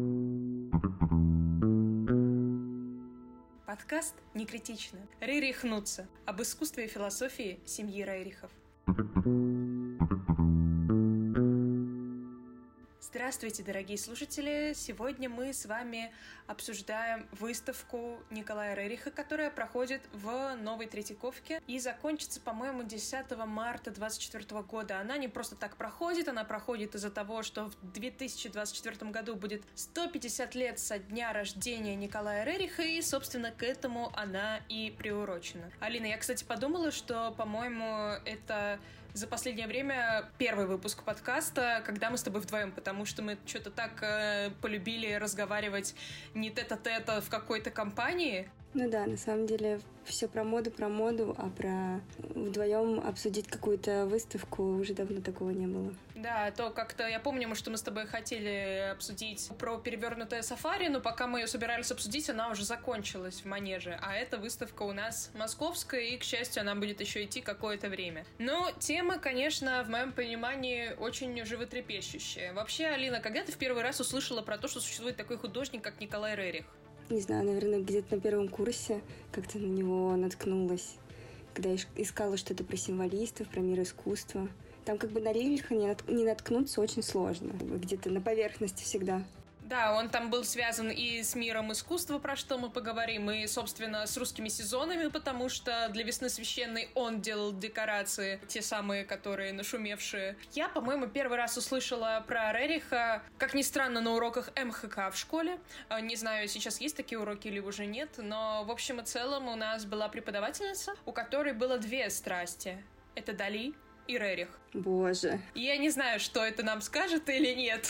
Подкаст «Не критично». Рерихнуться. Об искусстве и философии семьи Рерихов. Здравствуйте, дорогие слушатели! Сегодня мы с вами обсуждаем выставку Николая Рериха, которая проходит в Новой Третьяковке и закончится, по-моему, 10 марта 2024 года. Она не просто так проходит, она проходит из-за того, что в 2024 году будет 150 лет со дня рождения Николая Рериха, и, собственно, к этому она и приурочена. Алина, я, кстати, подумала, что, по-моему, это за последнее время первый выпуск подкаста, когда мы с тобой вдвоем, потому что мы что-то так полюбили разговаривать не тет-а-тет в какой-то компании. Ну да, на самом деле все про моду, а про вдвоем обсудить какую-то выставку уже давно такого не было. Да, то как-то я помню, что мы с тобой хотели обсудить про перевернутое сафари, но пока мы ее собирались обсудить, она уже закончилась в Манеже. А эта выставка у нас московская, и, к счастью, она будет еще идти какое-то время. Но тема, конечно, в моем понимании очень животрепещущая. Вообще, Алина, когда ты в первый раз услышала про то, что существует такой художник, как Николай Рерих? Не знаю, наверное, где-то на первом курсе как-то на него наткнулась, когда я искала что-то про символистов, про мир искусства. Там как бы на Рериха не наткнуться очень сложно, где-то на поверхности всегда. Да, он там был связан и с миром искусства, про что мы поговорим, и, собственно, с русскими сезонами, потому что для «Весны священной» он делал декорации, те самые, которые нашумевшие. Я, по-моему, первый раз услышала про Рериха, как ни странно, на уроках МХК в школе. Не знаю, сейчас есть такие уроки или уже нет, но, в общем и целом, у нас была преподавательница, у которой было две страсти. Это Дали и Рерих. Боже. Я не знаю, что это нам скажет или нет,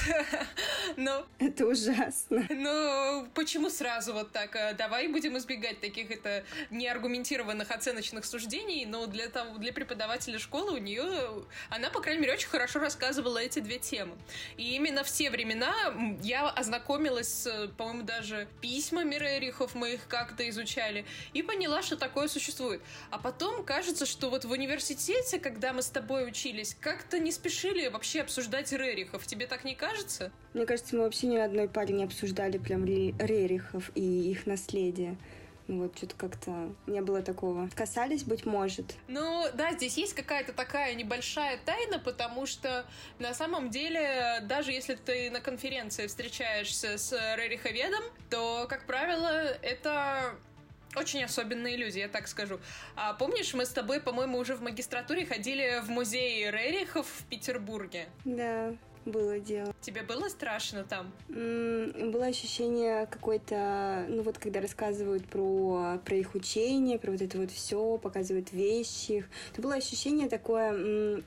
но... Это ужасно. Ну, почему сразу вот так? Давай будем избегать таких неаргументированных оценочных суждений, но для преподавателя школы у нее... Она, по крайней мере, очень хорошо рассказывала эти две темы. И именно в те времена я ознакомилась с, по-моему, даже письмами Рерихов, мы их как-то изучали, и поняла, что такое существует. А потом кажется, что вот в университете, когда мы с тобой учились, как-то не спешили вообще обсуждать Рерихов. Тебе так не кажется? Мне кажется, мы вообще ни на одной паре не обсуждали прям Рерихов и их наследие. Ну вот, что-то как-то не было такого. Касались, быть может. Ну, да, здесь есть какая-то такая небольшая тайна, потому что на самом деле, даже если ты на конференции встречаешься с Рериховедом, то, как правило, это... очень особенные люди, я так скажу. А помнишь, мы с тобой, по-моему, уже в магистратуре ходили в музей Рерихов в Петербурге? Да, было дело. Тебе было страшно там? Было ощущение какое-то, ну вот когда рассказывают про их учение, про вот это вот все, показывают вещи, то было ощущение такое,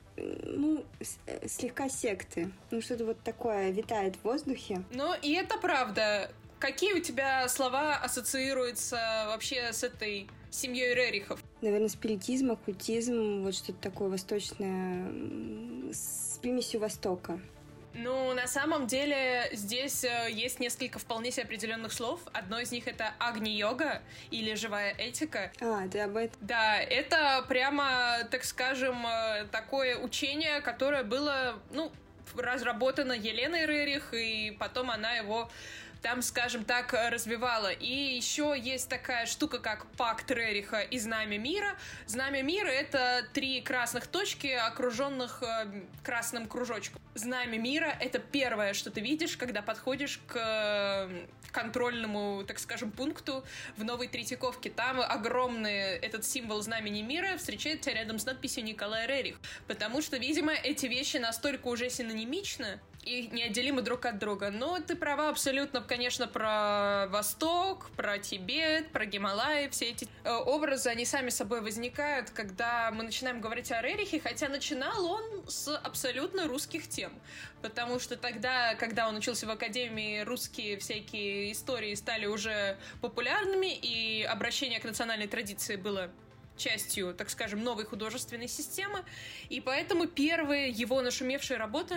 слегка секты. Ну что-то вот такое витает в воздухе. Ну и это правда. Какие у тебя слова ассоциируются вообще с этой семьей Рерихов? Наверное, спиритизм, оккультизм, вот что-то такое восточное, с примесью Востока. Ну, на самом деле, здесь есть несколько вполне себе определенных слов. Одно из них — это агни-йога или живая этика. А, ты об этом? Да, это прямо, так скажем, такое учение, которое было, разработано Еленой Рерих, и потом она его там, скажем так, развивала. И еще есть такая штука, как пакт Рериха и знамя мира. Знамя мира — это 3 красных точки, окруженных красным кружочком. Знамя мира — это первое, что ты видишь, когда подходишь к контрольному, так скажем, пункту в Новой Третьяковке. Там огромный этот символ знамени мира встречает тебя рядом с надписью «Николай Рерих». Потому что, видимо, эти вещи настолько уже синонимичны и неотделимы друг от друга. Но ты права абсолютно, конечно, про Восток, про Тибет, про Гималаи. Все эти образы, они сами собой возникают, когда мы начинаем говорить о Рерихе, хотя начинал он с абсолютно русских тем. Потому что тогда, когда он учился в академии, русские всякие истории стали уже популярными, и обращение к национальной традиции было частью, так скажем, новой художественной системы. И поэтому первые его нашумевшие работы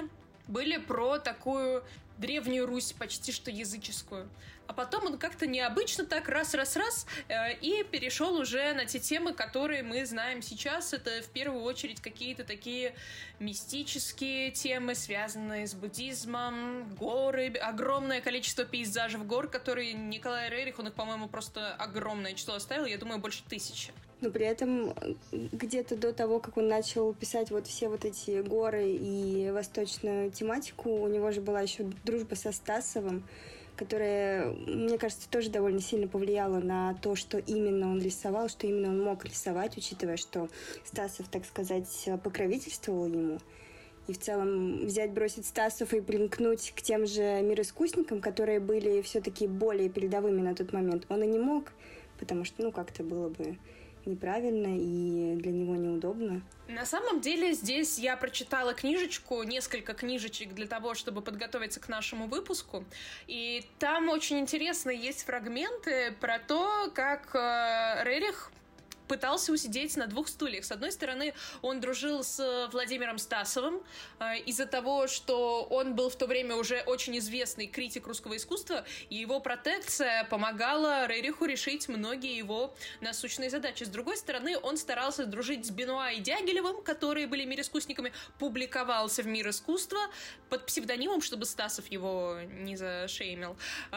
были про такую Древнюю Русь, почти что языческую. А потом он как-то необычно так раз-раз-раз и перешел уже на те темы, которые мы знаем сейчас. Это в первую очередь какие-то такие мистические темы, связанные с буддизмом, горы, огромное количество пейзажей гор, которые Николай Рерих, он их, по-моему, просто огромное число оставил, я думаю, больше 1000. Но при этом где-то до того, как он начал писать вот все вот эти горы и восточную тематику, у него же была еще дружба со Стасовым, которая, мне кажется, тоже довольно сильно повлияла на то, что именно он рисовал, что именно он мог рисовать, учитывая, что Стасов, так сказать, покровительствовал ему. И в целом взять, бросить Стасов и примкнуть к тем же мироискусникам, которые были все-таки более передовыми на тот момент, он и не мог, потому что, как-то было бы неправильно и для него неудобно. На самом деле здесь я прочитала книжечку, несколько книжечек для того, чтобы подготовиться к нашему выпуску, и там очень интересные есть фрагменты про то, как Рерих пытался усидеть на 2 стульях. С одной стороны, он дружил с Владимиром Стасовым из-за того, что он был в то время уже очень известный критик русского искусства, и его протекция помогала Рериху решить многие его насущные задачи. С другой стороны, он старался дружить с Бенуа и Дягилевым, которые были мироискусниками, публиковался в «Мир искусства» под псевдонимом, чтобы Стасов его не зашеймил,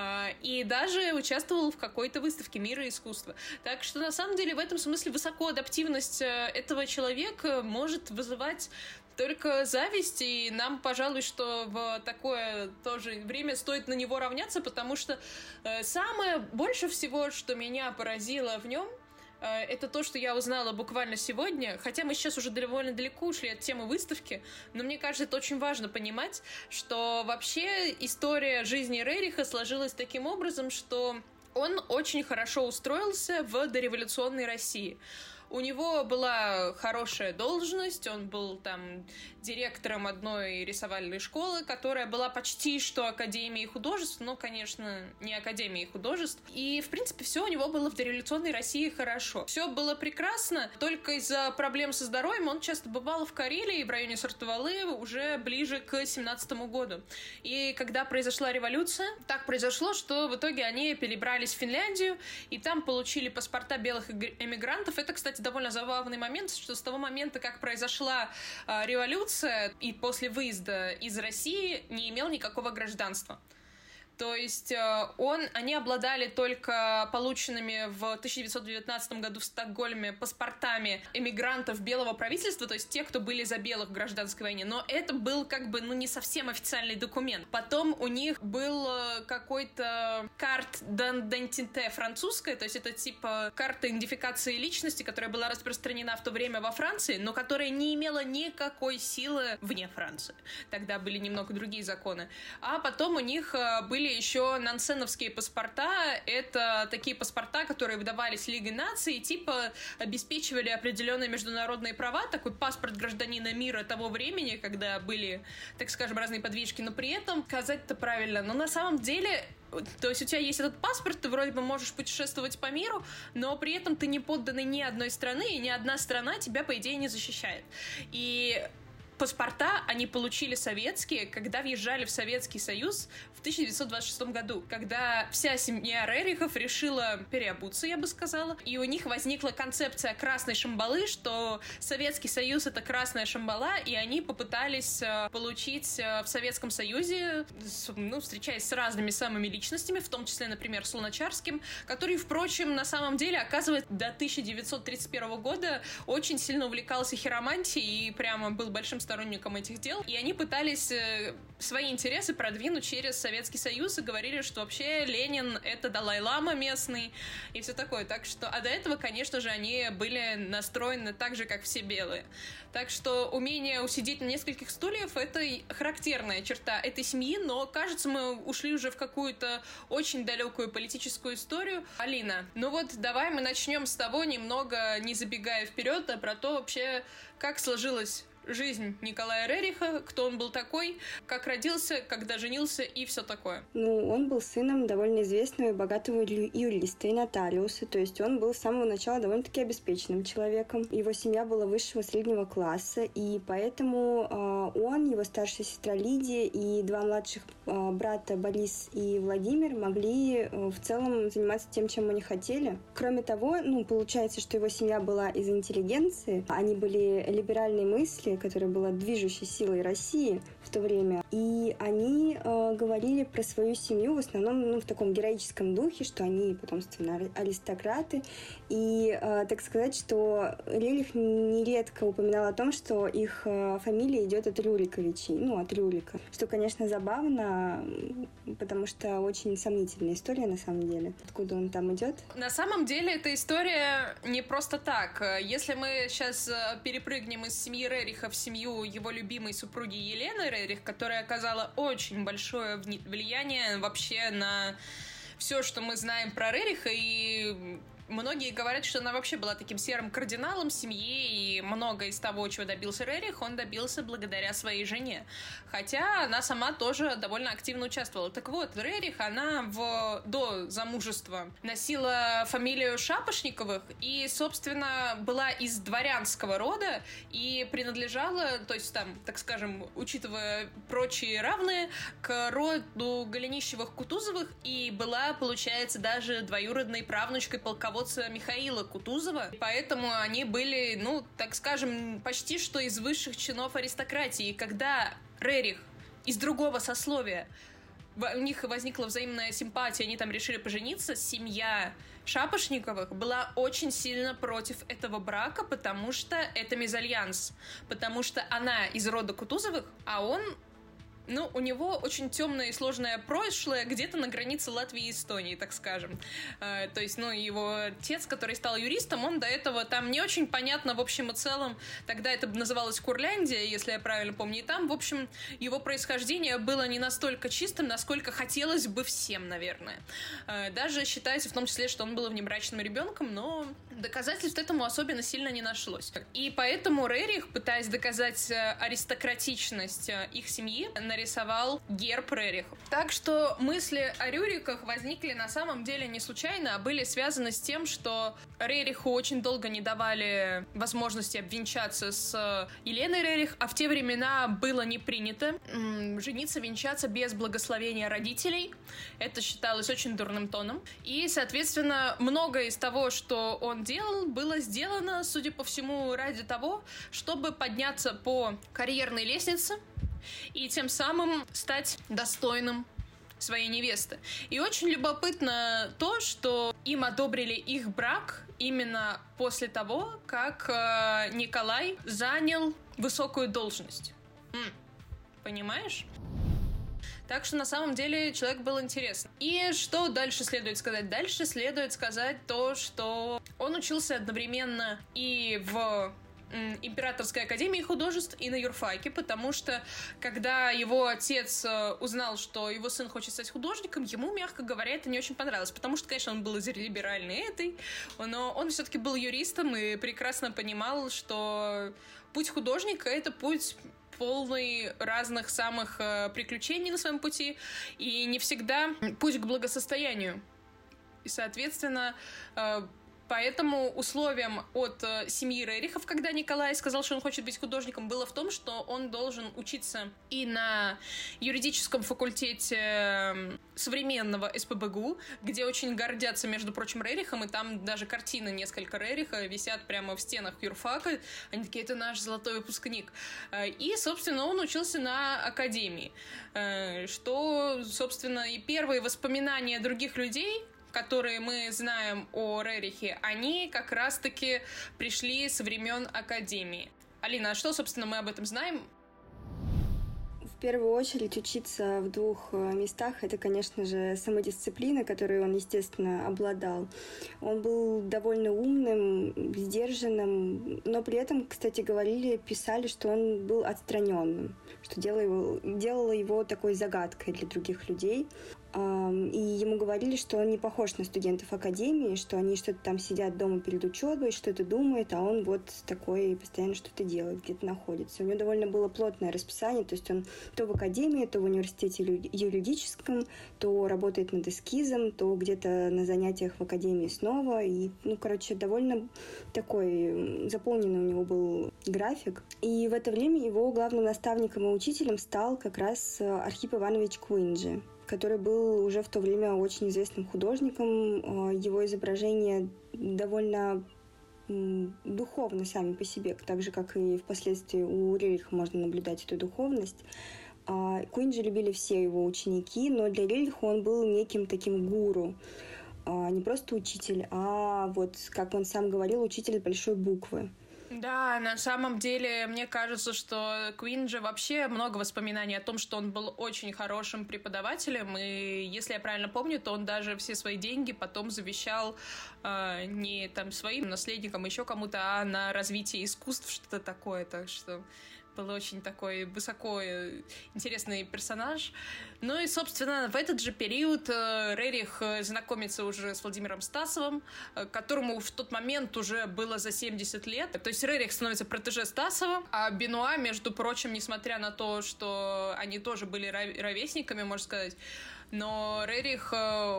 и даже участвовал в какой-то выставке «Мира искусства». Так что, на самом деле, в этом смысле высокоадаптивность этого человека может вызывать только зависть, и нам, пожалуй, что в такое тоже время стоит на него равняться, потому что самое больше всего, что меня поразило в нем, это то, что я узнала буквально сегодня, хотя мы сейчас уже довольно далеко ушли от темы выставки, но мне кажется, это очень важно понимать, что вообще история жизни Рериха сложилась таким образом, что он очень хорошо устроился в дореволюционной России. У него была хорошая должность, он был там директором одной рисовальной школы, которая была почти что Академией художеств, но, конечно, не Академией художеств. И, в принципе, все у него было в дореволюционной России хорошо. Все было прекрасно, только из-за проблем со здоровьем он часто бывал в Карелии, в районе Сартовалы, уже ближе к 17-му году. И когда произошла революция, так произошло, что в итоге они перебрались в Финляндию, и там получили паспорта белых эмигрантов. Это, кстати, довольно забавный момент, что с того момента, как произошла революция, и после выезда из России не имел никакого гражданства. То есть они обладали только полученными в 1919 году в Стокгольме паспортами эмигрантов белого правительства, то есть те, кто были за белых в гражданской войне. Но это был не совсем официальный документ. Потом у них был какой-то карт d'identité французская, то есть это типа карта идентификации личности, которая была распространена в то время во Франции, но которая не имела никакой силы вне Франции. Тогда были немного другие законы. А потом у них были еще нансеновские паспорта. Это такие паспорта, которые выдавались Лигой наций, типа обеспечивали определенные международные права, такой паспорт гражданина мира того времени, когда были, так скажем, разные подвижки, но при этом сказать-то правильно. Но на самом деле, то есть у тебя есть этот паспорт, ты вроде бы можешь путешествовать по миру, но при этом ты не подданный ни одной страны, и ни одна страна тебя, по идее, не защищает. И паспорта они получили советские, когда въезжали в Советский Союз в 1926 году, когда вся семья Рерихов решила переобуться, я бы сказала, и у них возникла концепция красной шамбалы, что Советский Союз — это красная шамбала, и они попытались получить в Советском Союзе, встречаясь с разными самыми личностями, в том числе, например, с Луначарским, который, впрочем, на самом деле, оказывается, до 1931 года очень сильно увлекался хиромантией и прямо был большим сторонником этих дел, и они пытались свои интересы продвинуть через Советский Союз и говорили, что вообще Ленин — это Далай-лама местный и все такое. Так что, а до этого, конечно же, они были настроены так же, как все белые. Так что умение усидеть на нескольких стульях — это характерная черта этой семьи, но, кажется, мы ушли уже в какую-то очень далекую политическую историю. Алина, давай мы начнем с того, немного не забегая вперед, а про то вообще, как сложилась жизнь Николая Рериха, кто он был такой, как родился, когда женился и все такое. Ну, он был сыном довольно известного и богатого юриста и нотариуса, то есть он был с самого начала довольно-таки обеспеченным человеком. Его семья была высшего среднего класса, и поэтому он, его старшая сестра Лидия и два младших брата Борис и Владимир могли в целом заниматься тем, чем они хотели. Кроме того, получается, что его семья была из интеллигенции, они были либеральной мысли, которая была движущей силой России в то время. И они говорили про свою семью в основном в таком героическом духе, что они потомственные аристократы. И так сказать, что Рерих нередко упоминал о том, что их фамилия идет от Рюриковичей, от Рюрика. Что, конечно, забавно, потому что очень сомнительная история на самом деле. Откуда он там идет? На самом деле эта история не просто так. Если мы сейчас перепрыгнем из семьи Рериха в семью его любимой супруги Елены Рерих, которая оказала очень большое влияние вообще на все, что мы знаем про Рериха, и многие говорят, что она вообще была таким серым кардиналом семьи, и многое из того, чего добился Рерих, он добился благодаря своей жене. Хотя она сама тоже довольно активно участвовала. Так вот, Рерих, она до замужества носила фамилию Шапошниковых и, собственно, была из дворянского рода и принадлежала, то есть там, так скажем, учитывая прочие равные, к роду Голенищевых-Кутузовых, и была, получается, даже двоюродной правнучкой полководца Михаила Кутузова, поэтому они были, так скажем, почти что из высших чинов аристократии. И когда Рерих из другого сословия, у них возникла взаимная симпатия, они там решили пожениться, семья Шапошниковых была очень сильно против этого брака, потому что это мезальянс, потому что она из рода Кутузовых, а он... у него очень темное и сложное прошлое где-то на границе Латвии и Эстонии, так скажем. То есть, его отец, который стал юристом, он до этого там не очень понятно в общем и целом, тогда это называлось Курляндия, если я правильно помню, и там, в общем, его происхождение было не настолько чистым, насколько хотелось бы всем, наверное. Даже считается в том числе, что он был внебрачным ребенком, но доказательств этому особенно сильно не нашлось. И поэтому Рерих, пытаясь доказать аристократичность их семьи, нарисовал герб Рерихов. Так что мысли о Рюриках возникли на самом деле не случайно, а были связаны с тем, что Рериху очень долго не давали возможности обвенчаться с Еленой Рерих, а в те времена было не принято жениться, венчаться без благословения родителей. Это считалось очень дурным тоном. И, соответственно, многое из того, что он делал, было сделано, судя по всему, ради того, чтобы подняться по карьерной лестнице и тем самым стать достойным своей невесты. И очень любопытно то, что им одобрили их брак именно после того, как Николай занял высокую должность. Понимаешь? Так что на самом деле человек был интересный. И что дальше следует сказать? Дальше следует сказать то, что он учился одновременно и в Императорской академии художеств и на юрфаке, потому что когда его отец узнал, что его сын хочет стать художником, ему, мягко говоря, это не очень понравилось, потому что, конечно, он был из либеральной этой, но он все-таки был юристом и прекрасно понимал, что путь художника — это путь полный разных самых приключений на своем пути, и не всегда путь к благосостоянию. И, соответственно, поэтому условием от семьи Рерихов, когда Николай сказал, что он хочет быть художником, было в том, что он должен учиться и на юридическом факультете современного СПбГУ, где очень гордятся, между прочим, Рерихом, и там даже картины несколько Рериха висят прямо в стенах юрфака. Они такие: это наш золотой выпускник. И, собственно, он учился на академии, что, собственно, и первые воспоминания других людей, которые мы знаем о Рерихе, они как раз-таки пришли со времен Академии. Алина, а что, собственно, мы об этом знаем? В первую очередь учиться в двух местах — это, конечно же, самодисциплина, которой он, естественно, обладал. Он был довольно умным, сдержанным, но при этом, кстати, писали, что он был отстраненным, что делало его такой загадкой для других людей. И ему говорили, что он не похож на студентов академии, что они что-то там сидят дома перед учебой, что-то думают, а он вот такой постоянно что-то делает, где-то находится. У него довольно было плотное расписание, то есть он то в академии, то в университете юридическом, то работает над эскизом, то где-то на занятиях в академии снова. И, довольно такой заполненный у него был график. И в это время его главным наставником и учителем стал как раз Архип Иванович Куинджи, который был уже в то время очень известным художником. Его изображения довольно духовны сами по себе, так же, как и впоследствии у Рериха можно наблюдать эту духовность. Куинджи любили все его ученики, но для Рериха он был неким таким гуру. Не просто учитель, а вот, как он сам говорил, учитель большой буквы. Да, на самом деле, мне кажется, что Куинджи вообще много воспоминаний о том, что он был очень хорошим преподавателем, и, если я правильно помню, то он даже все свои деньги потом завещал не там своим наследникам, еще кому-то, а на развитие искусств, что-то такое, так что был очень такой высоко интересный персонаж. Ну и, собственно, в этот же период Рерих знакомится уже с Владимиром Стасовым, которому в тот момент уже было за 70 лет. То есть Рерих становится протеже Стасова, а Бенуа, между прочим, несмотря на то, что они тоже были ровесниками, можно сказать, но Рерих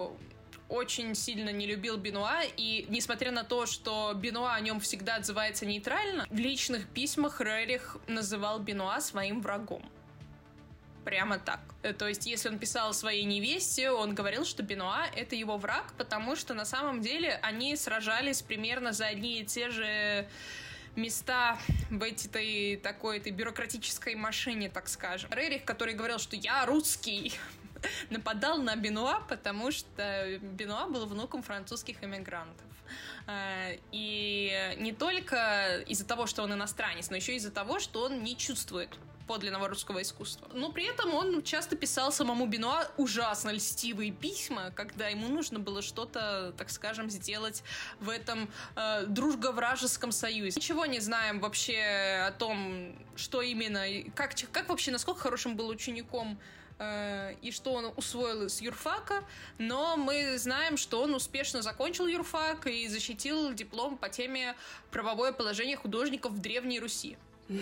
очень сильно не любил Бенуа, и несмотря на то, что Бенуа о нем всегда отзывается нейтрально, в личных письмах Рерих называл Бенуа своим врагом. Прямо так. То есть, если он писал своей невесте, он говорил, что Бенуа — это его враг, потому что на самом деле они сражались примерно за одни и те же места в этой бюрократической машине, так скажем. Рерих, который говорил, что «я русский», нападал на Бенуа, потому что Бенуа был внуком французских эмигрантов. И не только из-за того, что он иностранец, но еще из-за того, что он не чувствует подлинного русского искусства. Но при этом он часто писал самому Бенуа ужасно льстивые письма, когда ему нужно было что-то, так скажем, сделать в этом дружго-вражеском союзе. Ничего не знаем вообще о том, что именно, как вообще, насколько хорошим был учеником и что он усвоил из юрфака, но мы знаем, что он успешно закончил юрфак и защитил диплом по теме «Правовое положение художников в Древней Руси».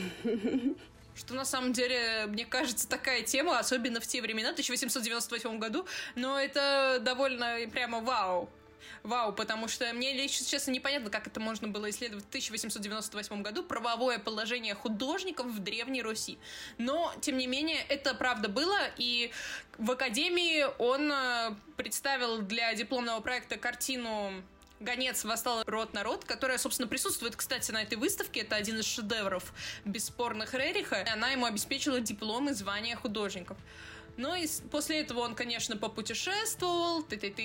Что на самом деле, мне кажется, такая тема, особенно в те времена, в 1898 году, но это довольно прямо вау. Вау, потому что мне, если честно, непонятно, как это можно было исследовать в 1898 году, правовое положение художников в Древней Руси. Но, тем не менее, это правда было, и в академии он представил для дипломного проекта картину «Гонец восстал род-народ», которая, собственно, присутствует, кстати, на этой выставке. Это один из шедевров бесспорных Рериха. Она ему обеспечила диплом и звание художников. Ну и после этого он, конечно, попутешествовал,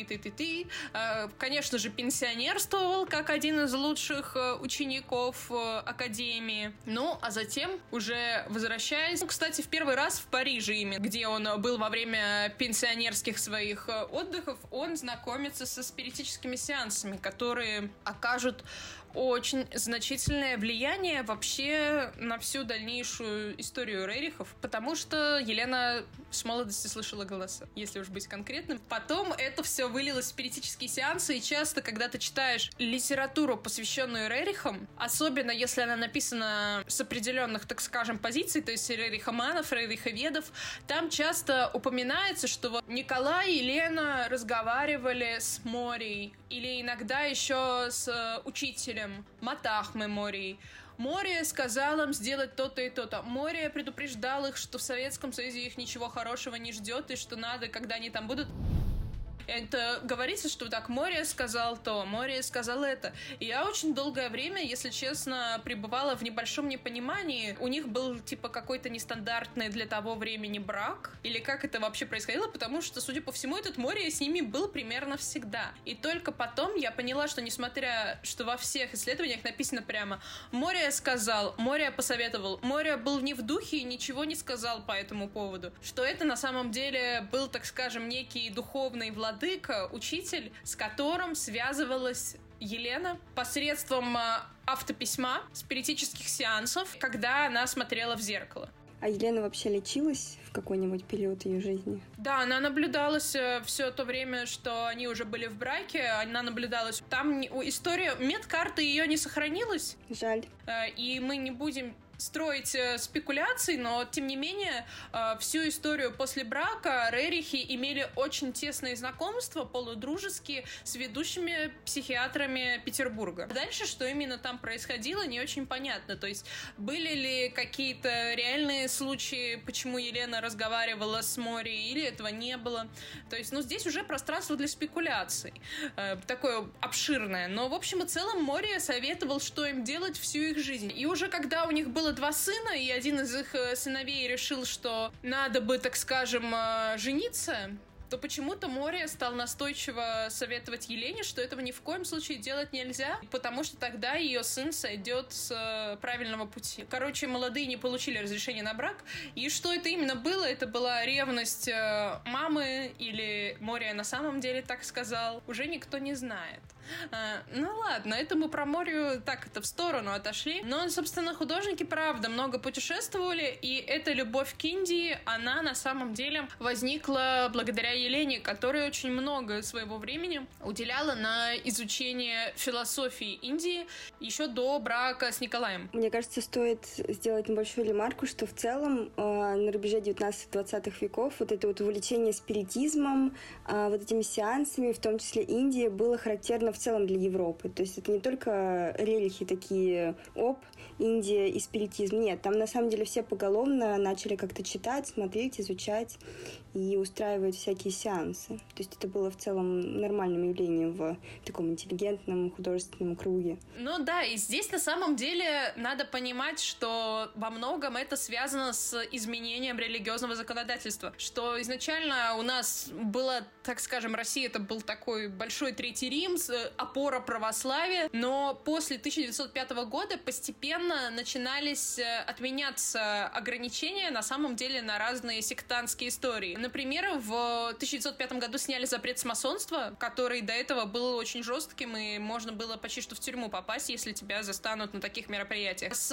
конечно же, пенсионерствовал, как один из лучших учеников академии. Ну, а затем, уже возвращаясь, кстати, в первый раз в Париже именно, где он был во время пенсионерских своих отдыхов, он знакомится со спиритическими сеансами, которые окажут очень значительное влияние вообще на всю дальнейшую историю Рерихов, потому что Елена с молодости слышала голоса, если уж быть конкретным. Потом это все вылилось в спиритические сеансы, и часто, когда ты читаешь литературу, посвященную Рерихам, особенно если она написана с определенных, так скажем, позиций, то есть рерихоманов, рериховедов, там часто упоминается, что вот Николай и Елена разговаривали с Морией, или иногда еще с учителем Матахмы Мории. Мория сказал им сделать то-то и то-то. Мория предупреждал их, что в Советском Союзе их ничего хорошего не ждет, и что надо, когда они там будут... Это говорится, что так, Мория сказал то, Мория сказал это. И я очень долгое время, если честно, пребывала в небольшом непонимании. У них был, типа, какой-то нестандартный для того времени брак. Или как это вообще происходило, потому что, судя по всему, этот Мория с ними был примерно всегда. И только потом я поняла, что несмотря, что во всех исследованиях написано прямо Мория сказал, Мория посоветовал, Мория был не в духе и ничего не сказал по этому поводу. Что это на самом деле был, так скажем, некий духовный владыка, учитель, с которым связывалась Елена посредством автописьма, спиритических сеансов, когда она смотрела в зеркало. А Елена вообще лечилась в какой-нибудь период ее жизни? Да, она наблюдалась все то время, что они уже были в браке, она наблюдалась. Там история, медкарта ее не сохранилась. Жаль. И мы не будем строить спекуляции, но, тем не менее, всю историю после брака Рерихи имели очень тесные знакомства, полудружеские, с ведущими психиатрами Петербурга. Дальше, что именно там происходило, не очень понятно. То есть, были ли какие-то реальные случаи, почему Елена разговаривала с Морией, или этого не было. То есть, здесь уже пространство для спекуляций. Такое обширное. Но, в общем и целом, Мория советовал, что им делать всю их жизнь. И уже когда у них было 2 сына, и один из их сыновей решил, что надо бы, так скажем, жениться, то почему-то Мория стал настойчиво советовать Елене, что этого ни в коем случае делать нельзя, потому что тогда ее сын сойдет с правильного пути. Короче, молодые не получили разрешения на брак, и что это именно было? Это была ревность мамы, или Мория на самом деле так сказал, уже никто не знает. Ну ладно, это мы про Морию так-то в сторону отошли. Но, собственно, художники, правда, много путешествовали, и эта любовь к Индии, она на самом деле возникла благодаря Елене, которая очень много своего времени уделяла на изучение философии Индии еще до брака с Николаем. Мне кажется, стоит сделать небольшую ремарку, что в целом на рубеже 19-20 веков вот это вот увлечение спиритизмом, вот этими сеансами, в том числе Индии, было характерно в целом для Европы. То есть это не только релихи такие, Индия и спиритизм. Нет, там на самом деле все поголовно начали как-то читать, смотреть, изучать и устраивать всякие сеансы. То есть это было в целом нормальным явлением в таком интеллигентном художественном круге. Ну да, и здесь на самом деле надо понимать, что во многом это связано с изменением религиозного законодательства. Что изначально у нас было, так скажем, Россия это был такой большой Третий Рим, опора православия, но после 1905 года постепенно начинались отменяться ограничения на самом деле на разные сектантские истории. Например, в 1905 году сняли запрет с масонства, который до этого был очень жестким, и можно было почти что в тюрьму попасть, если тебя застанут на таких мероприятиях. С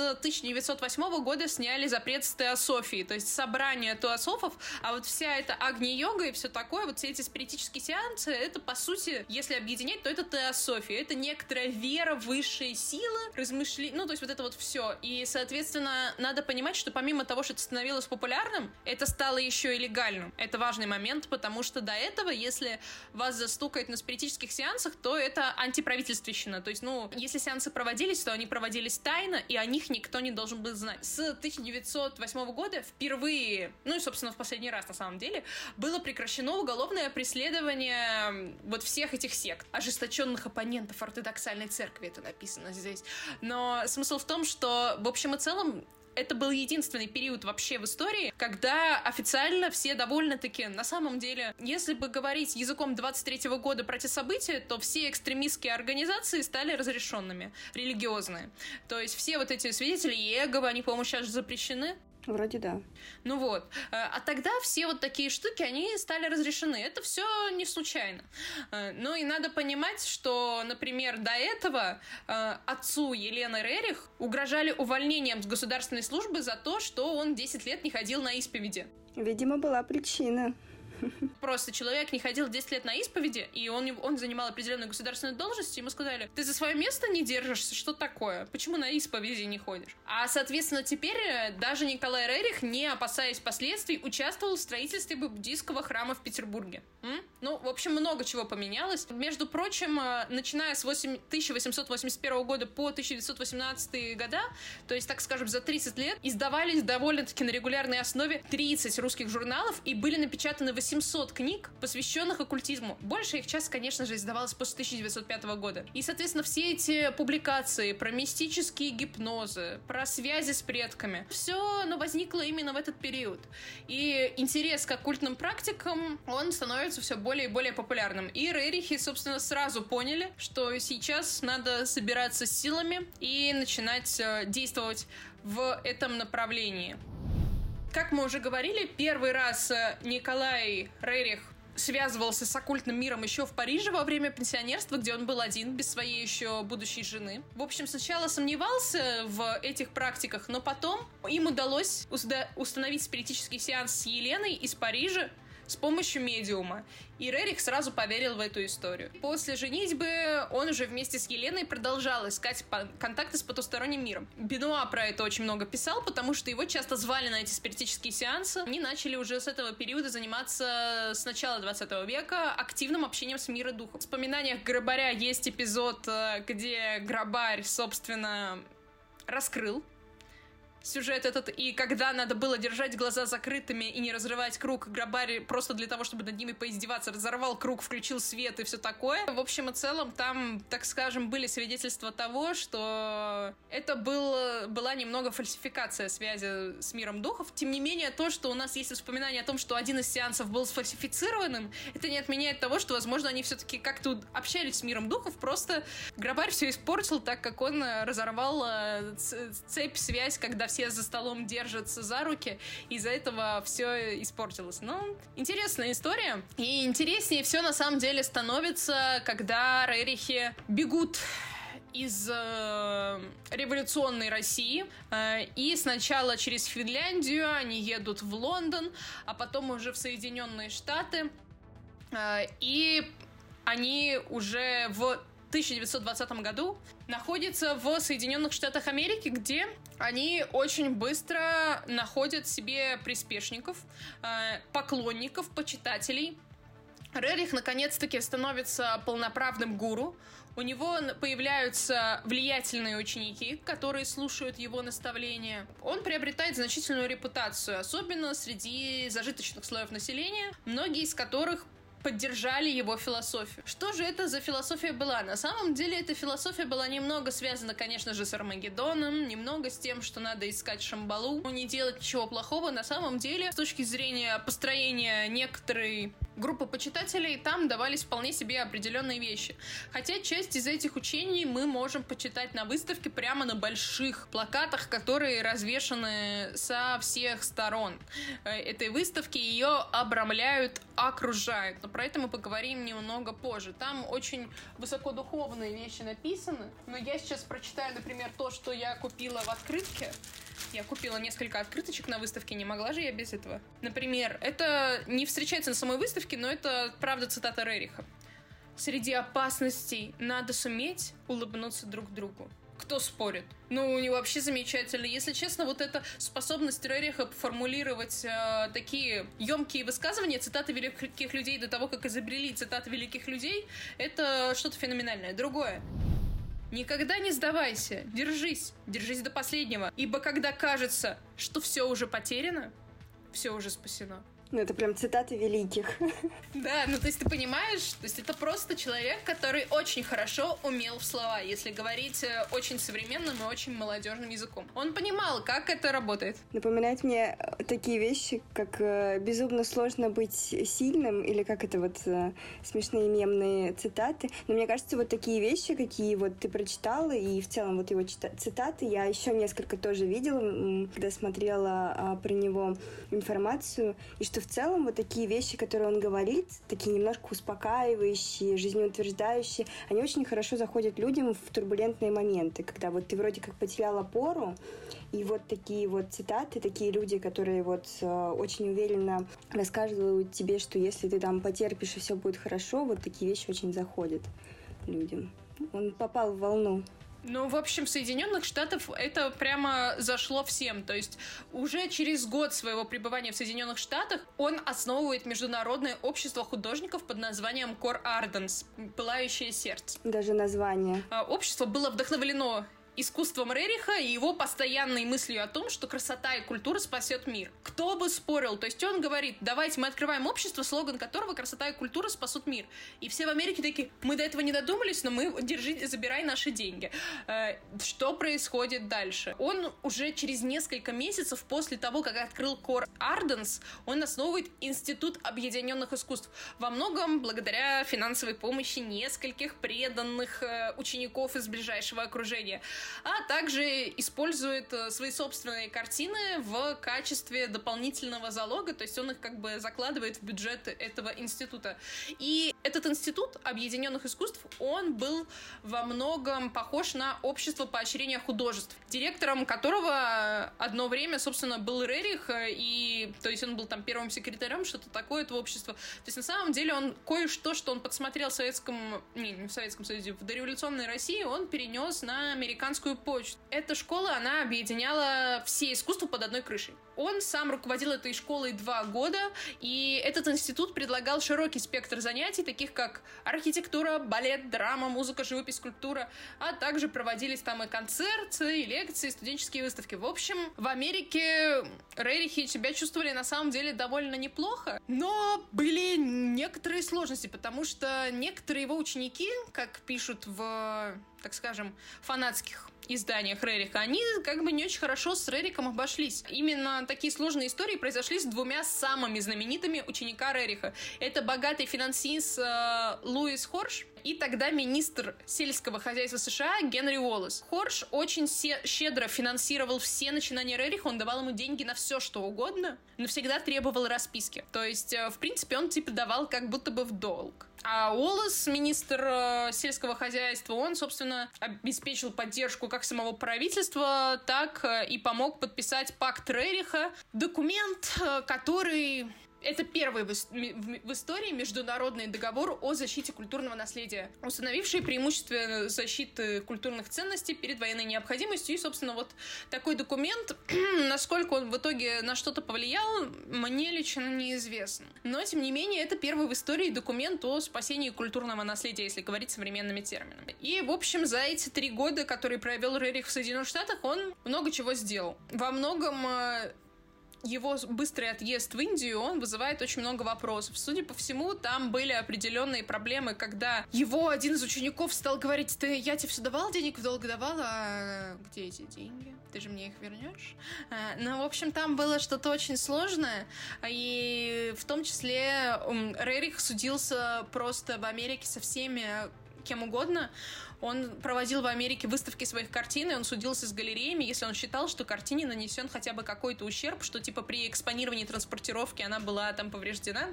1908 года сняли запрет с теософии, то есть собрание теософов, а вот вся эта агни-йога и все такое, вот все эти спиритические сеансы, это, по сути, если объединять, то это теософия, это некоторая вера в высшие силы, размышления, то есть вот это вот все. И, соответственно, надо понимать, что помимо того, что это становилось популярным, это стало еще и легальным. Это важный момент, потому что до этого, если вас застукают на спиритических сеансах, то это антиправительственщина. То есть, если сеансы проводились, то они проводились тайно, и о них никто не должен был знать. С 1908 года впервые, и, собственно, в последний раз, на самом деле, было прекращено уголовное преследование вот всех этих сект. Ожесточенных оппонентов ортодоксальной церкви, это написано здесь. Но смысл в том, что, в общем и целом, это был единственный период вообще в истории, когда официально все довольно-таки, на самом деле, если бы говорить языком 23-го года про те события, то все экстремистские организации стали разрешенными, религиозные. То есть все вот эти свидетели Иеговы, они, по-моему, сейчас запрещены. Вроде да. А тогда все вот такие штуки, они стали разрешены. Это все не случайно. И надо понимать, что, например, до этого отцу Елены Рерих угрожали увольнением с государственной службы за то, что он 10 лет не ходил на исповеди. Видимо, была причина. Просто человек не ходил 10 лет на исповеди, и он занимал определенную государственную должность, и ему сказали: ты за свое место не держишься, что такое? Почему на исповеди не ходишь? А, соответственно, теперь даже Николай Рерих, не опасаясь последствий, участвовал в строительстве буддийского храма в Петербурге. В общем, много чего поменялось. Между прочим, начиная с 1881 года по 1918 года, то есть, так скажем, за 30 лет, издавались довольно-таки на регулярной основе 30 русских журналов, и были напечатаны 800 книг, посвященных оккультизму. Большая их часть, конечно же, издавалась после 1905 года. И, соответственно, все эти публикации про мистические гипнозы, про связи с предками, все возникло именно в этот период. И интерес к оккультным практикам, он становится все более и более популярным. И Рерихи, собственно, сразу поняли, что сейчас надо собираться с силами и начинать действовать в этом направлении. Как мы уже говорили, первый раз Николай Рерих связывался с оккультным миром еще в Париже во время пенсионерства, где он был один, без своей еще будущей жены. В общем, сначала сомневался в этих практиках, но потом им удалось установить спиритический сеанс с Еленой из Парижа с помощью медиума. И Рерих сразу поверил в эту историю. После женитьбы он уже вместе с Еленой продолжал искать контакты с потусторонним миром. Бенуа про это очень много писал, потому что его часто звали на эти спиритические сеансы. Они начали уже с этого периода заниматься с начала 20 века активным общением с миром духов. В вспоминаниях Грабаря есть эпизод, где Грабарь, собственно, раскрыл сюжет этот, и когда надо было держать глаза закрытыми и не разрывать круг, Грабарь просто для того, чтобы над ними поиздеваться, разорвал круг, включил свет и все такое. В общем и целом, там, так скажем, были свидетельства того, что это была немного фальсификация связи с миром духов. Тем не менее, то, что у нас есть воспоминания о том, что один из сеансов был сфальсифицированным, это не отменяет того, что, возможно, они все-таки как-то общались с миром духов, просто Грабарь все испортил, так как он разорвал цепь, связь, когда все за столом держатся за руки, из-за этого все испортилось. Ну, интересная история. И интереснее все на самом деле становится, когда Рерихи бегут из революционной России, и сначала через Финляндию они едут в Лондон, а потом уже в Соединенные Штаты, и они уже в 1920 году находятся в Соединенных Штатах Америки, где они очень быстро находят себе приспешников, поклонников, почитателей. Рерих наконец-таки становится полноправным гуру. У него появляются влиятельные ученики, которые слушают его наставления. Он приобретает значительную репутацию, особенно среди зажиточных слоев населения, многие из которых поддержали его философию. Что же это за философия была? На самом деле эта философия была немного связана, конечно же, с Армагеддоном, немного с тем, что надо искать Шамбалу, но не делать ничего плохого. На самом деле, с точки зрения построения некоторой группы почитателей, там давались вполне себе определенные вещи. Хотя часть из этих учений мы можем почитать на выставке прямо на больших плакатах, которые развешаны со всех сторон этой выставки. Ее обрамляют, окружают. Но про это мы поговорим немного позже. Там очень высокодуховные вещи написаны. Но я сейчас прочитаю, например, то, что я купила в открытке. Я купила несколько открыточек на выставке, не могла же я без этого. Например, это не встречается на самой выставке, но это, правда, цитата Рериха. «Среди опасностей надо суметь улыбнуться друг другу». Кто спорит? Ну, у него вообще замечательно. Если честно, вот эта способность Рериха формулировать такие емкие высказывания, цитаты великих людей до того, как изобрели цитаты великих людей, это что-то феноменальное. Другое. Никогда не сдавайся, держись до последнего, ибо когда кажется, что все уже потеряно, все уже спасено. Ну, это прям цитаты великих. Да, ну то есть ты понимаешь, то есть это просто человек, который очень хорошо умел в слова, если говорить очень современным и очень молодежным языком. Он понимал, как это работает. Напоминает мне такие вещи, как безумно сложно быть сильным, или как это вот смешные мемные цитаты. Но мне кажется, вот такие вещи, какие вот ты прочитала, и в целом вот его цитаты, я еще несколько тоже видела, когда смотрела про него информацию, и что в целом вот такие вещи, которые он говорит, такие немножко успокаивающие, жизнеутверждающие, они очень хорошо заходят людям в турбулентные моменты, когда вот ты вроде как потерял опору, и вот такие вот цитаты, такие люди, которые вот очень уверенно рассказывают тебе, что если ты там потерпишь и все будет хорошо, вот такие вещи очень заходят людям. Он попал в волну. Ну, в общем, в Соединенных Штатах это прямо зашло всем. То есть уже через год своего пребывания в Соединенных Штатах он основывает международное общество художников под названием Кор Арденс — «Пылающее сердце». Даже название. Общество было вдохновлено искусством Рериха и его постоянной мыслью о том, что красота и культура спасет мир. Кто бы спорил? То есть он говорит, давайте мы открываем общество, слоган которого красота и культура спасут мир. И все в Америке такие, мы до этого не додумались, но мы, держи, забирай наши деньги. Что происходит дальше? Он уже через несколько месяцев после того, как открыл Кор Арденс, он основывает Институт объединенных искусств. Во многом благодаря финансовой помощи нескольких преданных учеников из ближайшего окружения. а также использует свои собственные картины в качестве дополнительного залога, то есть он их как бы закладывает в бюджет этого института. И этот институт объединенных искусств, он был во многом похож на общество поощрения художеств, директором которого одно время, собственно, был Рерих, и, то есть он был там первым секретарем, что-то такое этого общества. То есть на самом деле он кое-что, что он подсмотрел в не в Советском Союзе, в дореволюционной России, он перенес на американскую почту. Эта школа, она объединяла все искусства под одной крышей. Он сам руководил этой школой 2 года, и этот институт предлагал широкий спектр занятий, таких как архитектура, балет, драма, музыка, живопись, скульптура, а также проводились там и концерты, и лекции, и студенческие выставки. В общем, в Америке Рерихи себя чувствовали на самом деле довольно неплохо, но были некоторые сложности, потому что некоторые его ученики, как пишут в, так скажем, фанатских изданиях Рериха, они как бы не очень хорошо с Рерихом обошлись. Именно такие сложные истории произошли с 2 самыми знаменитыми ученика Рериха. Это богатый финансист Луис Хорш и тогда министр сельского хозяйства США Генри Уоллес. Хорш очень щедро финансировал все начинания Рериха, он давал ему деньги на все, что угодно, но всегда требовал расписки. То есть, в принципе, он типа давал как будто бы в долг. А Уоллес, министр сельского хозяйства, он, собственно, обеспечил поддержку как самого правительства, так и помог подписать пакт Рериха, документ, который... Это первый в истории международный договор о защите культурного наследия, установивший преимущество защиты культурных ценностей перед военной необходимостью. И, собственно, вот такой документ, насколько он в итоге на что-то повлиял, мне лично неизвестно. Но, тем не менее, это первый в истории документ о спасении культурного наследия, если говорить современными терминами. И, в общем, за эти 3 года, которые провел Рерих в Соединенных Штатах, он много чего сделал. Во многом... Его быстрый отъезд в Индию, он вызывает очень много вопросов. Судя по всему, там были определенные проблемы, когда его один из учеников стал говорить: я тебе все давал, денег в долг давал, а где эти деньги? Ты же мне их вернешь? Ну, в общем, там было что-то очень сложное, и в том числе Рерих судился просто в Америке со всеми, кем угодно. Он проводил в Америке выставки своих картин, и он судился с галереями, если он считал, что картине нанесен хотя бы какой-то ущерб, что типа при экспонировании, транспортировке она была там повреждена.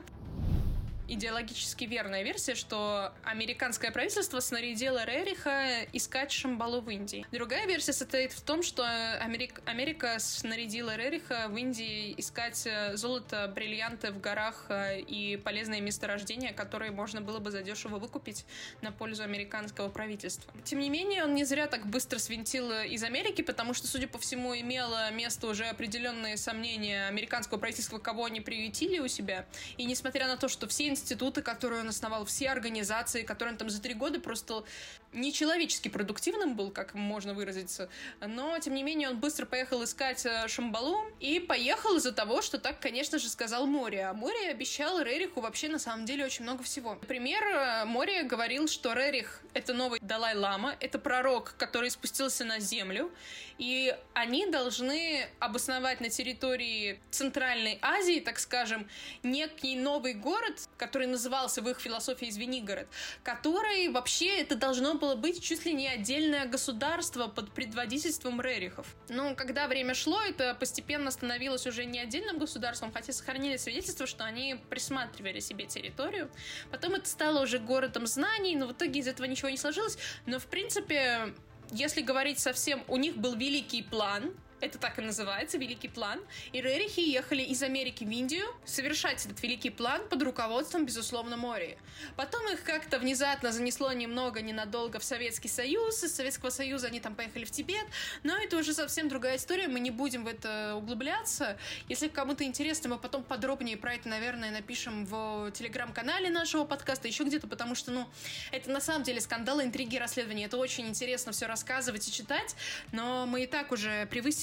Идеологически верная версия, что американское правительство снарядило Рериха искать Шамбалу в Индии. Другая версия состоит в том, что Америка снарядила Рериха в Индии искать золото, бриллианты в горах и полезные месторождения, которые можно было бы задешево выкупить на пользу американского правительства. Тем не менее, он не зря так быстро свинтил из Америки, потому что, судя по всему, имело место уже определенные сомнения американского правительства, кого они приютили у себя. И несмотря на то, что все институты, которые он основал, все организации, которые он там за 3 года просто нечеловечески продуктивным был, как можно выразиться. Но, тем не менее, он быстро поехал искать Шамбалу и поехал из-за того, что так, конечно же, сказал Мори. А Мори обещал Рериху вообще, на самом деле, очень много всего. Например, Мори говорил, что Рерих — это новый Далай-лама, это пророк, который спустился на землю, и они должны обосновать на территории Центральной Азии, так скажем, некий новый город, который назывался в их философии Звенигород, который вообще это должно было быть чуть ли не отдельное государство под предводительством Рерихов. Но когда время шло, это постепенно становилось уже не отдельным государством, хотя сохранили свидетельство, что они присматривали себе территорию. Потом это стало уже городом знаний, но в итоге из этого ничего не сложилось. Но в принципе, если говорить совсем, у них был великий план. Это так и называется, великий план. И Рерихи ехали из Америки в Индию совершать этот великий план под руководством, безусловно, Мори. Потом их как-то внезапно занесло немного, ненадолго в Советский Союз. Из Советского Союза они там поехали в Тибет. Но это уже совсем другая история, мы не будем в это углубляться. Если кому-то интересно, мы потом подробнее про это, наверное, напишем в телеграм-канале нашего подкаста, еще где-то, потому что, это на самом деле скандалы, интриги, расследования. Это очень интересно все рассказывать и читать, но мы и так уже превысили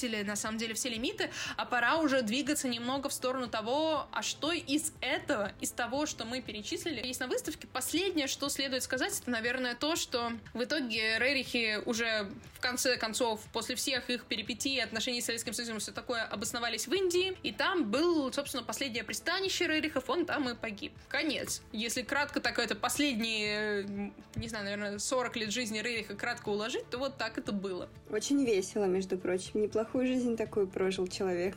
превысили, на самом деле, все лимиты, а пора уже двигаться немного в сторону того, а что из этого, из того, что мы перечислили, есть на выставке. Последнее, что следует сказать, это, наверное, то, что в итоге рерихи уже в конце концов, после всех их перипетий, отношений с Советским Союзом, все такое, обосновались в Индии, и там был, собственно, последнее пристанище рерихов, он там и погиб. Конец. Если кратко так это последние, не знаю, наверное, 40 лет жизни рериха кратко уложить, то вот так это было. Очень весело, между прочим. Неплохую жизнь такую прожил человек.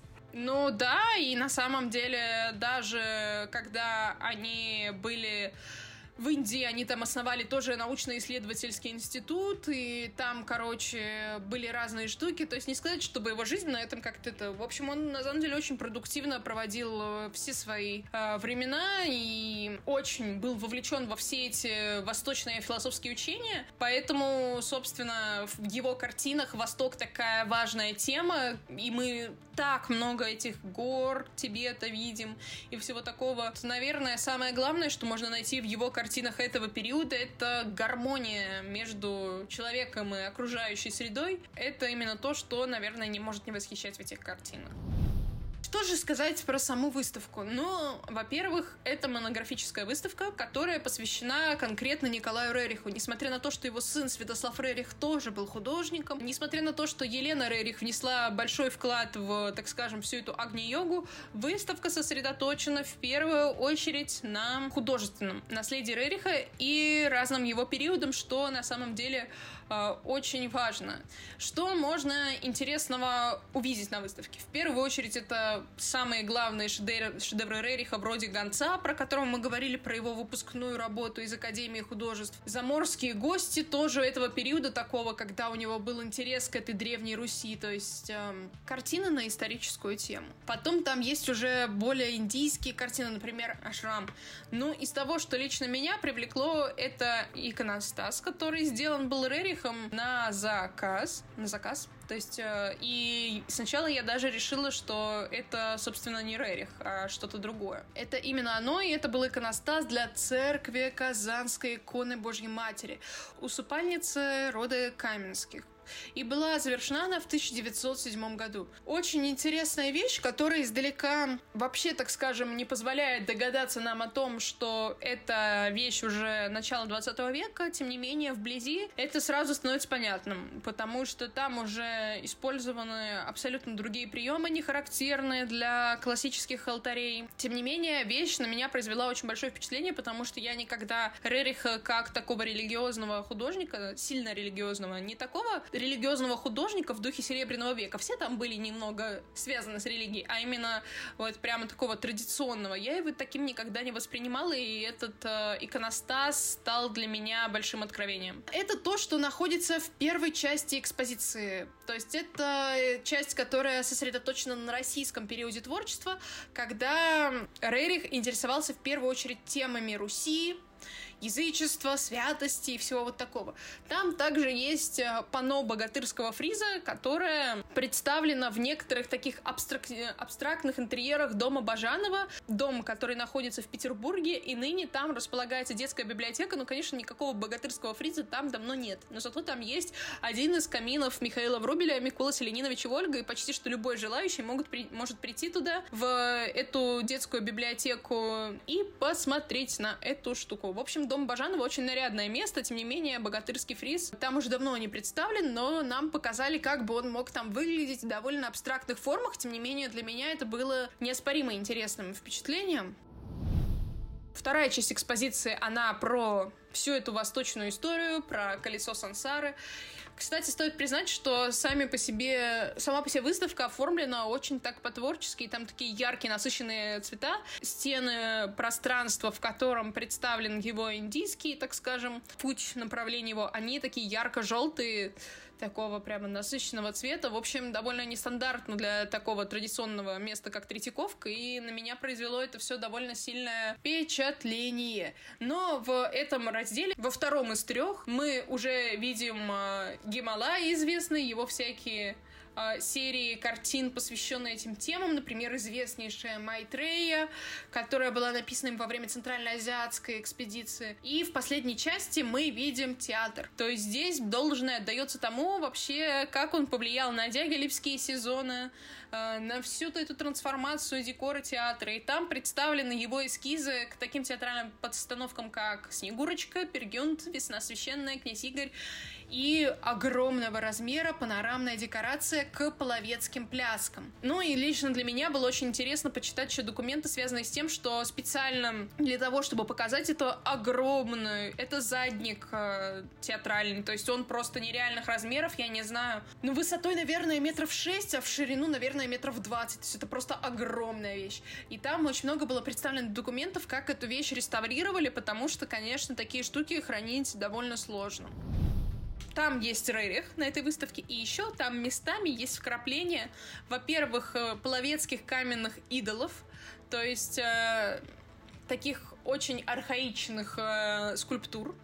Ну да, и на самом деле даже когда они были в Индии, они там основали тоже научно-исследовательский институт, и там, короче, были разные штуки. То есть не сказать, чтобы его жизнь на этом как-то это... В общем, он, на самом деле, очень продуктивно проводил все свои времена и очень был вовлечен во все эти восточные философские учения. Поэтому, собственно, в его картинах Восток такая важная тема, и мы так много этих гор Тибета видим и всего такого. Наверное, самое главное, что можно найти в его картинах этого периода, это гармония между человеком и окружающей средой. Это именно то, что, наверное, не может не восхищать в этих картинах. Что же сказать про саму выставку? Ну, во-первых, это монографическая выставка, которая посвящена конкретно Николаю Рериху. Несмотря на то, что его сын Святослав Рерих тоже был художником, несмотря на то, что Елена Рерих внесла большой вклад в, так скажем, всю эту Агни-йогу, выставка сосредоточена в первую очередь на художественном наследии Рериха и разным его периодам, что на самом деле очень важно. Что можно интересного увидеть на выставке? В первую очередь, это самые главные шедевры Рериха, вроде «Гонца», про которого мы говорили, про его выпускную работу из Академии художеств. «Заморские гости» тоже этого периода такого, когда у него был интерес к этой Древней Руси, то есть картины на историческую тему. Потом там есть уже более индийские картины, например, «Ашрам». Ну, из того, что лично меня привлекло, это иконостас, который сделан был Рерихом на заказ. То есть, и сначала я даже решила, что это, собственно, не Рерих, а что-то другое. Это именно оно, и это был иконостас для церкви Казанской иконы Божьей Матери, усыпальницы рода Каменских. И была завершена она в 1907 году. Очень интересная вещь, которая издалека вообще, так скажем, не позволяет догадаться нам о том, что это вещь уже начала 20 века. Тем не менее, вблизи это сразу становится понятным, потому что там уже использованы абсолютно другие приемы, не характерные для классических алтарей. Тем не менее, вещь на меня произвела очень большое впечатление, потому что я никогда Рериха как такого религиозного художника, сильно религиозного, не такого религиозного художника в духе Серебряного века. Все там были немного связаны с религией, а именно вот прямо такого традиционного. Я его таким никогда не воспринимала, и этот иконостас стал для меня большим откровением. Это то, что находится в первой части экспозиции. То есть это часть, которая сосредоточена на российском периоде творчества, когда Рерих интересовался в первую очередь темами Руси, язычества, святости и всего вот такого. Там также есть панно богатырского фриза, которое представлено в некоторых таких абстрактных интерьерах дома Бажанова, дом, который находится в Петербурге, и ныне там располагается детская библиотека, но, конечно, никакого богатырского фриза там давно нет. Но зато там есть один из каминов Михаила Врубеля, Микола Селениновича Вольга, и почти что любой желающий может прийти туда, в эту детскую библиотеку, и посмотреть на эту штуку. В общем, дом Бажанова очень нарядное место, тем не менее, богатырский фриз там уже давно не представлен, но нам показали, как бы он мог там выглядеть в довольно абстрактных формах, тем не менее, для меня это было неоспоримо интересным впечатлением. Вторая часть экспозиции, она про всю эту восточную историю, про колесо сансары. Кстати, стоит признать, что сама по себе выставка оформлена очень так по-творчески, и там такие яркие, насыщенные цвета. Стены, пространство, в котором представлен его индийский, так скажем, путь, направление его, они такие ярко-желтые, такого прямо насыщенного цвета. В общем, довольно нестандартно для такого традиционного места, как Третьяковка, и на меня произвело это все довольно сильное впечатление. Но в этом разделе, во втором из трех, мы уже видим Гималай известный, его всякие серии картин, посвященные этим темам, например, известнейшая Майтрея, которая была написана им во время Центральноазиатской экспедиции. И в последней части мы видим театр. То есть здесь должное отдается тому вообще, как он повлиял на дягилевские сезоны, на всю эту трансформацию декора театра. И там представлены его эскизы к таким театральным подстановкам, как «Снегурочка», «Пергюнт», «Весна священная», «Князь Игорь» и огромного размера панорамная декорация к половецким пляскам. Ну и лично для меня было очень интересно почитать еще документы, связанные с тем, что специально для того, чтобы показать это это задник театральный, то есть он просто нереальных размеров, я не знаю, ну высотой, наверное, 6 метров, а в ширину, наверное, 20 метров. То есть это просто огромная вещь. И там очень много было представлено документов, как эту вещь реставрировали, потому что, конечно, такие штуки хранить довольно сложно. Там есть Рерих на этой выставке, и еще там местами есть вкрапления, во-первых, половецких каменных идолов, то есть таких очень архаичных скульптур,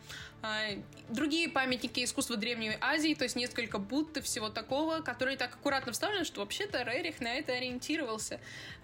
другие памятники искусства Древней Азии, то есть несколько Будд и всего такого, которые так аккуратно вставлены, что вообще-то Рерих на это ориентировался.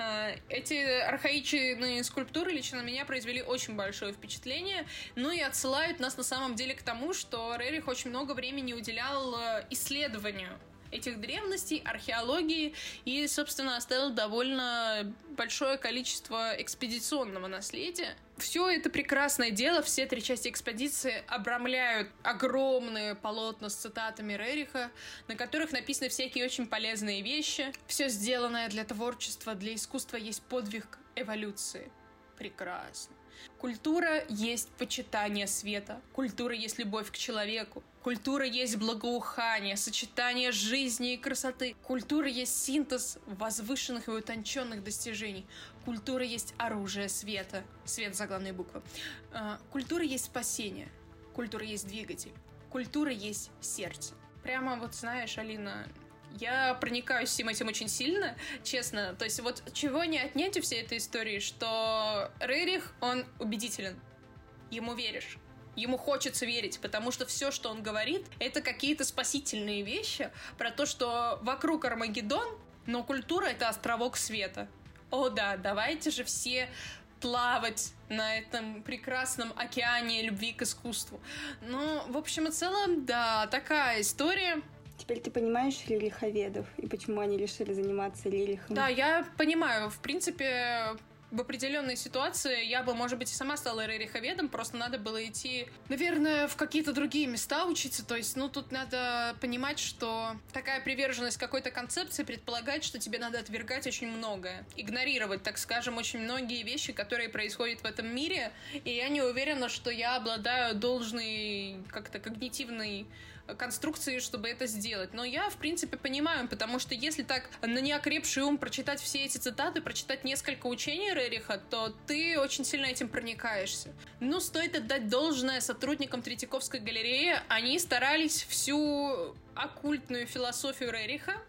Эти архаичные скульптуры лично на меня произвели очень большое впечатление, ну и отсылают нас на самом деле к тому, что Рерих очень много времени уделял исследованию этих древностей, археологии и, собственно, оставил довольно большое количество экспедиционного наследия. Все это прекрасное дело, все 3 части экспедиции обрамляют огромные полотна с цитатами Рериха, на которых написаны всякие очень полезные вещи. Все сделанное для творчества, для искусства есть подвиг эволюции. Прекрасно. Культура есть почитание света, культура есть любовь к человеку, культура есть благоухание, сочетание жизни и красоты, культура есть синтез возвышенных и утонченных достижений, культура есть оружие света, свет заглавной буквы, культура есть спасение, культура есть двигатель, культура есть сердце. Прямо вот знаешь, Алина, я проникаюсь всем этим очень сильно, честно. То есть вот чего не отнять у всей этой истории, что Рерих, он убедителен. Ему веришь. Ему хочется верить, потому что все, что он говорит, это какие-то спасительные вещи про то, что вокруг Армагеддон, но культура — это островок света. О да, давайте же все плавать на этом прекрасном океане любви к искусству. Ну, в общем и целом, да, такая история. Теперь ты понимаешь рериховедов и почему они решили заниматься рерихом? Да, я понимаю. В принципе, в определенной ситуации я бы, может быть, и сама стала рериховедом, просто надо было идти, наверное, в какие-то другие места учиться. То есть, ну, тут надо понимать, что такая приверженность какой-то концепции предполагает, что тебе надо отвергать очень многое. Игнорировать, так скажем, очень многие вещи, которые происходят в этом мире. И я не уверена, что я обладаю должной как-то когнитивной конструкции, чтобы это сделать. Но я, в принципе, понимаю, потому что если так на неокрепший ум прочитать все эти цитаты, прочитать несколько учений Рериха, то ты очень сильно этим проникаешься. Ну, стоит отдать должное сотрудникам Третьяковской галереи. Они старались всю оккультную философию Рериха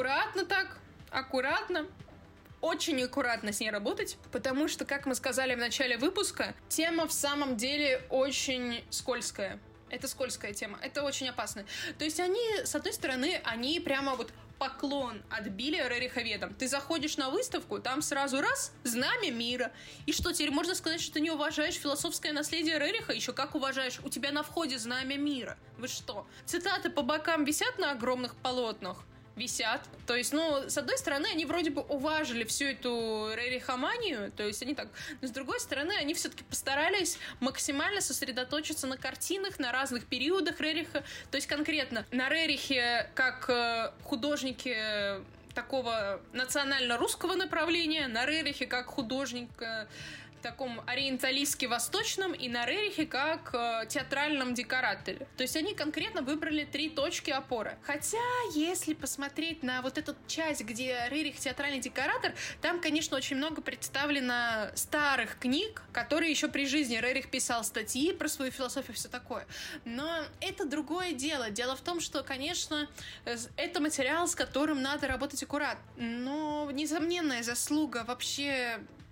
аккуратно, очень аккуратно с ней работать, потому что, как мы сказали в начале выпуска, тема в самом деле очень скользкая. Это скользкая тема, это очень опасно. То есть они, с одной стороны, они прямо вот поклон отбили рериховедам. Ты заходишь на выставку, там сразу раз, знамя мира. И что, теперь можно сказать, что ты не уважаешь философское наследие Рериха? Еще как уважаешь? У тебя на входе знамя мира. Вы что? Цитаты по бокам висят на огромных полотнах? Висят. То есть, ну, с одной стороны, они вроде бы уважили всю эту рерихоманию, то есть они так, но с другой стороны, они все-таки постарались максимально сосредоточиться на картинах, на разных периодах Рериха, то есть конкретно на Рерихе как художнике такого национально-русского направления, на Рерихе как художника таком ориенталистски-восточном и на Рерихе как театральном декораторе. То есть они конкретно выбрали 3 точки опоры. Хотя, если посмотреть на вот эту часть, где Рерих театральный декоратор, там, конечно, очень много представлено старых книг, которые еще при жизни Рерих писал статьи про свою философию и все такое. Но это другое дело. Дело в том, что, конечно, это материал, с которым надо работать аккуратно. Но несомненная заслуга вообще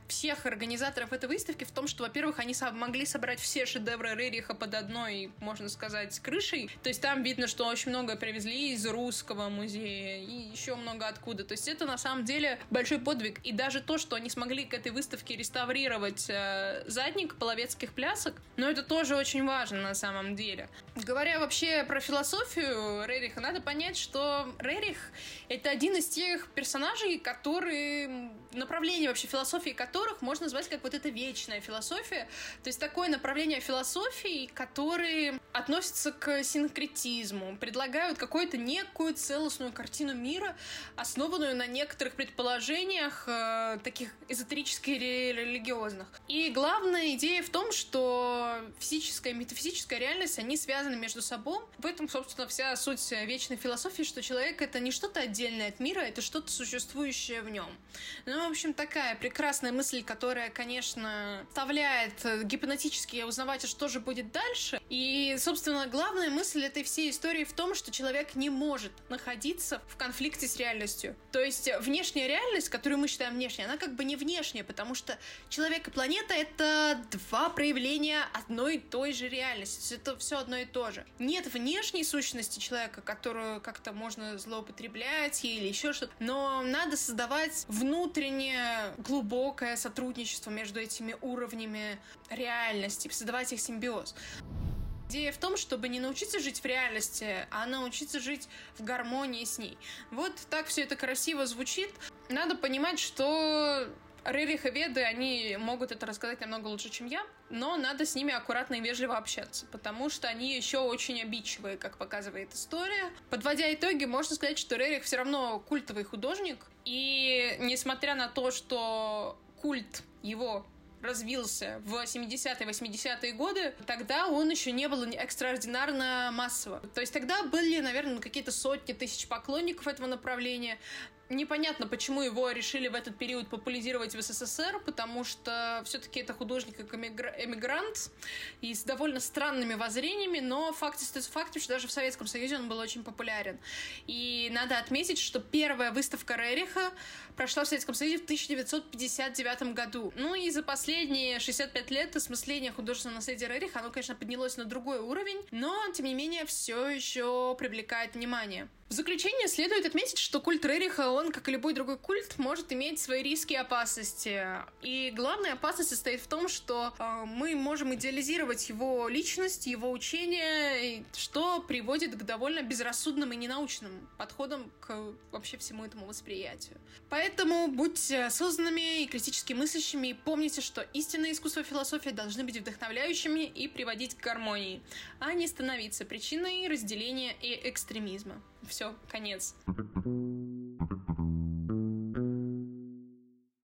всех организаторов этой выставки в том, что, во-первых, они могли собрать все шедевры Рериха под одной, можно сказать, крышей. То есть там видно, что очень многое привезли из Русского музея и еще много откуда. То есть это на самом деле большой подвиг. И даже то, что они смогли к этой выставке реставрировать задник половецких плясок, но это тоже очень важно на самом деле. Говоря вообще про философию Рериха, надо понять, что Рерих — это один из тех персонажей, которые... направление вообще философии которых можно назвать как вот эта вечная философия. То есть такое направление философии, которые относятся к синкретизму, предлагают какую-то некую целостную картину мира, основанную на некоторых предположениях, таких эзотерических и религиозных. И главная идея в том, что физическая и метафизическая реальность, они связаны между собой. В этом, собственно, вся суть вечной философии, что человек — это не что-то отдельное от мира, это что-то существующее в нем. Ну, в общем, такая прекрасная мысль, которая, конечно, вставляет гипнотически узнавать, а что же будет дальше. И, собственно, главная мысль этой всей истории в том, что человек не может находиться в конфликте с реальностью. То есть внешняя реальность, которую мы считаем внешней, она как бы не внешняя, потому что человек и планета — это два проявления одной и той же реальности. Это все одно и то же. Нет внешней сущности человека, которую как-то можно злоупотреблять или еще что-то, но надо создавать внутреннее глубокое сотрудничество между этими уровнями реальности, создавать их симбиоз. Идея в том, чтобы не научиться жить в реальности, а научиться жить в гармонии с ней. Вот так все это красиво звучит. Надо понимать, что Рерих и Веды, они могут это рассказать намного лучше, чем я, но надо с ними аккуратно и вежливо общаться, потому что они еще очень обидчивые, как показывает история. Подводя итоги, можно сказать, что Рерих все равно культовый художник, и несмотря на то, что культ его развился в 70-е, 80-е годы, тогда он еще не был экстраординарно массово. То есть тогда были, наверное, какие-то сотни тысяч поклонников этого направления. Непонятно, почему его решили в этот период популяризировать в СССР, потому что все-таки это художник как эмигрант и с довольно странными воззрениями, но факт остается фактом, что даже в Советском Союзе он был очень популярен. И надо отметить, что первая выставка Рериха прошла в Советском Союзе в 1959 году. Ну и за последние 65 лет осмысление художественного наследия Рериха, оно, конечно, поднялось на другой уровень, но, тем не менее, все еще привлекает внимание. В заключение следует отметить, что культ Рериха, он, как и любой другой культ, может иметь свои риски и опасности. И главная опасность состоит в том, что мы можем идеализировать его личность, его учение, что приводит к довольно безрассудным и ненаучным подходам к вообще всему этому восприятию. Поэтому будьте осознанными и критически мыслящими, и помните, что истинное искусство и философия должны быть вдохновляющими и приводить к гармонии, а не становиться причиной разделения и экстремизма. Все, конец.